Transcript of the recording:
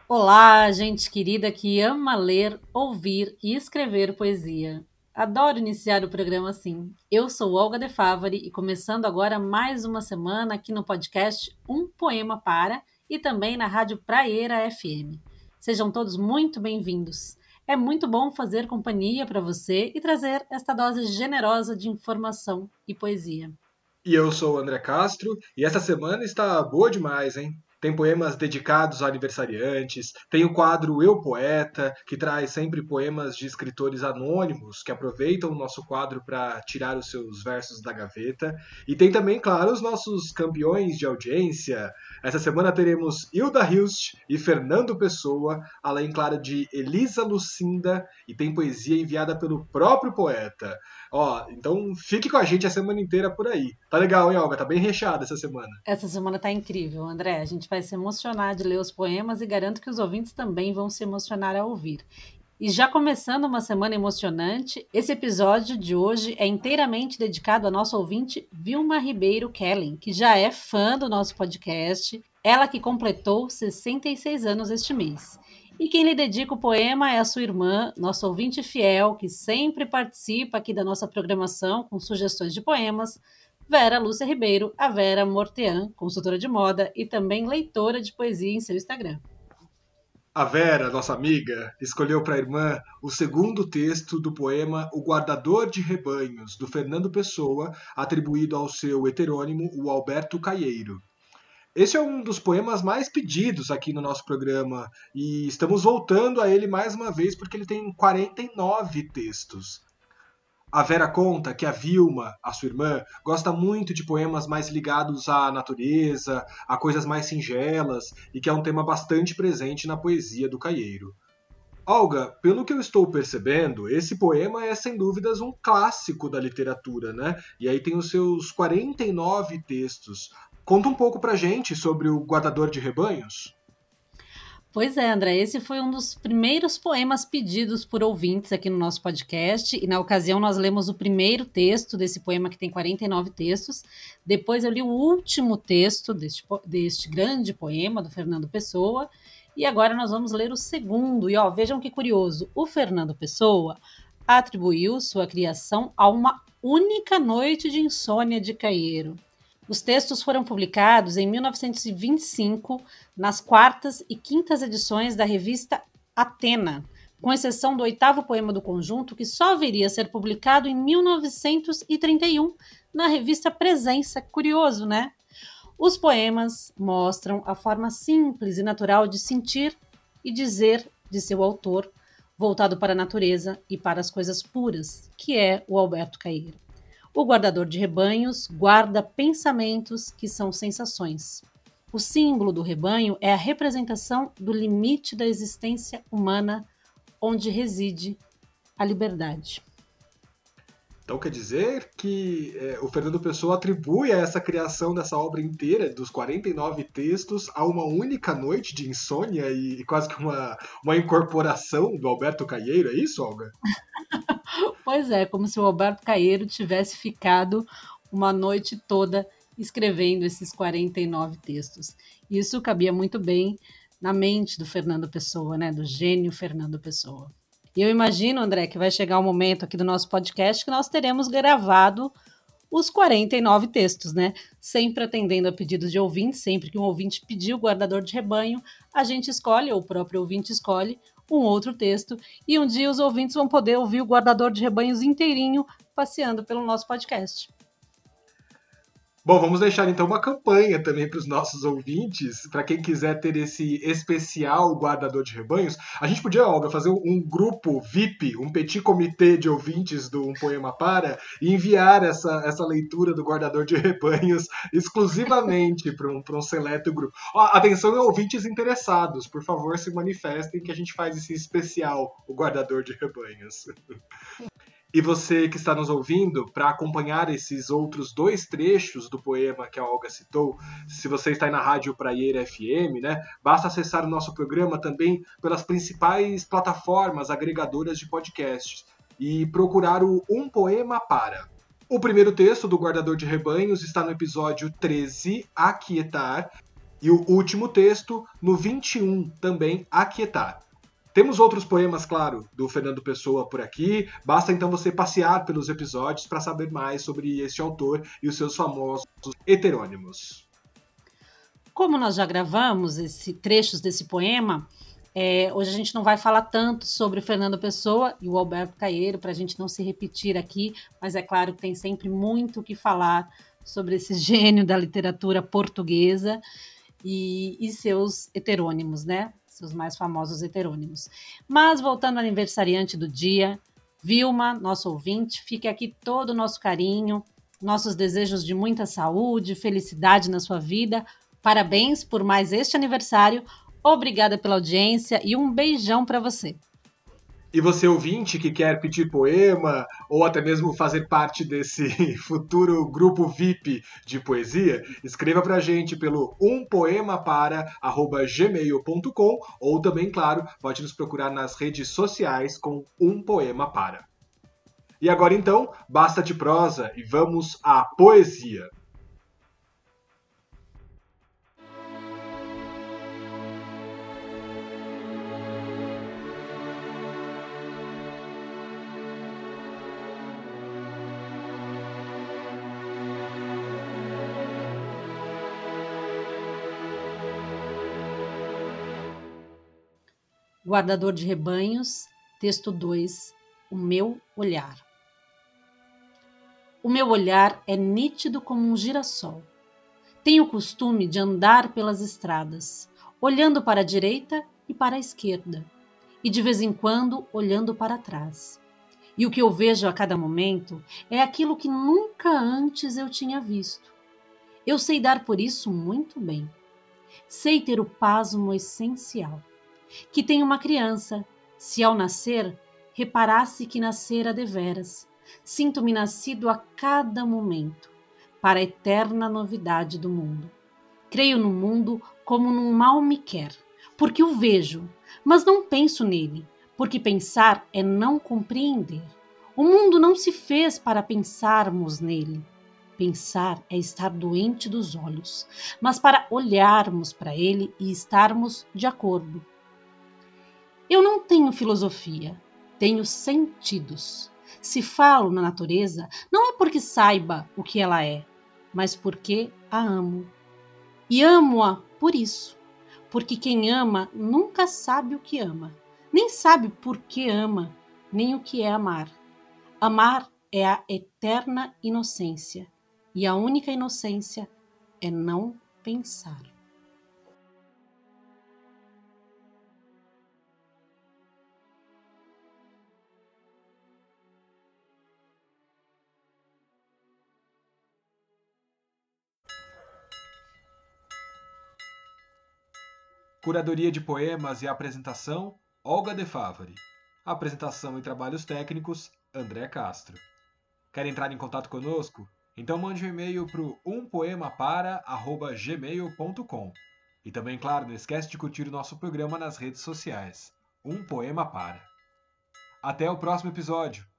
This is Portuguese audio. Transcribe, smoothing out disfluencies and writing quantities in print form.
Olá, gente querida que ama ler, ouvir e escrever poesia. Adoro iniciar o programa assim. Eu sou Olga De Favari e começando agora mais uma semana aqui no podcast Um Poema Para e também na Rádio Praieira FM. Sejam todos muito bem-vindos. É muito bom fazer companhia para você e trazer esta dose generosa de informação e poesia. E eu sou o André Castro, e essa semana está boa demais, hein? Tem poemas dedicados a aniversariantes, tem o quadro Eu Poeta, que traz sempre poemas de escritores anônimos que aproveitam o nosso quadro para tirar os seus versos da gaveta, e tem também, claro, os nossos campeões de audiência. Essa semana teremos Hilda Hilst e Fernando Pessoa, além, claro, de Elisa Lucinda, e tem poesia enviada pelo próprio poeta. Ó, então fique com a gente a semana inteira por aí. Tá legal, hein, Olga? Tá bem recheada essa semana. Essa semana está incrível, André. A gente vai se emocionar de ler os poemas e garanto que os ouvintes também vão se emocionar ao ouvir. E já começando uma semana emocionante, esse episódio de hoje é inteiramente dedicado à nossa ouvinte Vilma Ribeiro Kellen, que já é fã do nosso podcast, ela que completou 66 anos este mês. E quem lhe dedica o poema é a sua irmã, nossa ouvinte fiel, que sempre participa aqui da nossa programação com sugestões de poemas, Vera Lúcia Ribeiro, a Vera Mortean, consultora de moda e também leitora de poesia em seu Instagram. A Vera, nossa amiga, escolheu para a irmã o segundo texto do poema O Guardador de Rebanhos, do Fernando Pessoa, atribuído ao seu heterônimo, o Alberto Caieiro. Esse é um dos poemas mais pedidos aqui no nosso programa e estamos voltando a ele mais uma vez porque ele tem 49 textos. A Vera conta que a Vilma, a sua irmã, gosta muito de poemas mais ligados à natureza, a coisas mais singelas, e que é um tema bastante presente na poesia do Caieiro. Olga, pelo que eu estou percebendo, esse poema é sem dúvidas um clássico da literatura, né? E aí tem os seus 49 textos. Conta um pouco pra gente sobre o Guardador de Rebanhos. Pois é, André, esse foi um dos primeiros poemas pedidos por ouvintes aqui no nosso podcast, e na ocasião nós lemos o primeiro texto desse poema que tem 49 textos. Depois eu li o último texto deste grande poema do Fernando Pessoa, e agora nós vamos ler o segundo. E ó, vejam que curioso, o Fernando Pessoa atribuiu sua criação a uma única noite de insônia de Caieiro. Os textos foram publicados em 1925 nas quartas e quintas edições da revista Atena, com exceção do oitavo poema do conjunto, que só viria a ser publicado em 1931 na revista Presença. Curioso, né? Os poemas mostram a forma simples e natural de sentir e dizer de seu autor, voltado para a natureza e para as coisas puras, que é o Alberto Caeiro. O guardador de rebanhos guarda pensamentos que são sensações. O símbolo do rebanho é a representação do limite da existência humana, onde reside a liberdade. Então quer dizer que o Fernando Pessoa atribui a essa criação dessa obra inteira, dos 49 textos, a uma única noite de insônia e quase que uma incorporação do Alberto Caieiro, é isso, Olga? Pois é, como se o Alberto Caeiro tivesse ficado uma noite toda escrevendo esses 49 textos. Isso cabia muito bem na mente do Fernando Pessoa, né? Do gênio Fernando Pessoa. E eu imagino, André, que vai chegar o momento aqui do nosso podcast que nós teremos gravado os 49 textos, né? Sempre atendendo a pedidos de ouvintes, sempre que um ouvinte pedir o guardador de rebanho, a gente escolhe, ou o próprio ouvinte escolhe, um outro texto, e um dia os ouvintes vão poder ouvir o guardador de rebanhos inteirinho passeando pelo nosso podcast. Bom, vamos deixar então uma campanha também para os nossos ouvintes, para quem quiser ter esse especial guardador de rebanhos. A gente podia, Olga, fazer um grupo VIP, um petit comitê de ouvintes do Um Poema Para, e enviar essa leitura do guardador de rebanhos exclusivamente para um seleto grupo. Ó, atenção, ouvintes interessados, por favor, se manifestem que a gente faz esse especial, o guardador de rebanhos. E você que está nos ouvindo, para acompanhar esses outros dois trechos do poema que a Olga citou, se você está aí na Rádio Praieira FM, né, basta acessar o nosso programa também pelas principais plataformas agregadoras de podcasts e procurar o Um Poema Para. O primeiro texto do Guardador de Rebanhos está no episódio 13, Aquietar, E o último texto, no 21, também Aquietar. Temos outros poemas, claro, do Fernando Pessoa por aqui. Basta então você passear pelos episódios para saber mais sobre este autor e os seus famosos heterônimos. Como nós já gravamos trechos desse poema, hoje a gente não vai falar tanto sobre o Fernando Pessoa e o Alberto Caeiro, para a gente não se repetir aqui, mas é claro que tem sempre muito o que falar sobre esse gênio da literatura portuguesa e seus heterônimos, né? Seus mais famosos heterônimos. Mas voltando ao aniversariante do dia, Vilma, nosso ouvinte, fica aqui todo o nosso carinho, nossos desejos de muita saúde, felicidade na sua vida. Parabéns por mais este aniversário. Obrigada pela audiência e um beijão para você. E você, ouvinte, que quer pedir poema ou até mesmo fazer parte desse futuro grupo VIP de poesia, escreva pra gente pelo umpoemapara@gmail.com ou também, claro, pode nos procurar nas redes sociais com Um Poema Para. E agora então, basta de prosa e vamos à poesia. Guardador de rebanhos, texto 2, o meu olhar. O meu olhar é nítido como um girassol. Tenho o costume de andar pelas estradas, olhando para a direita e para a esquerda, e de vez em quando olhando para trás. E o que eu vejo a cada momento é aquilo que nunca antes eu tinha visto. Eu sei dar por isso muito bem. Sei ter o pasmo essencial. Que tem uma criança, se ao nascer, reparasse que nascera deveras. Sinto-me nascido a cada momento, para a eterna novidade do mundo. Creio no mundo como num mal me quer, porque o vejo, mas não penso nele, porque pensar é não compreender. O mundo não se fez para pensarmos nele. Pensar é estar doente dos olhos, mas para olharmos para ele e estarmos de acordo. Eu não tenho filosofia, tenho sentidos. Se falo na natureza, não é porque saiba o que ela é, mas porque a amo. E amo-a por isso, porque quem ama nunca sabe o que ama, nem sabe por que ama, nem o que é amar. Amar é a eterna inocência, e a única inocência é não pensar. Curadoria de poemas e apresentação, Olga De Favari. Apresentação e trabalhos técnicos, André Castro. Quer entrar em contato conosco? Então mande um e-mail para o umpoemapara@gmail.com. E também, claro, não esquece de curtir o nosso programa nas redes sociais. Um Poema Para. Até o próximo episódio!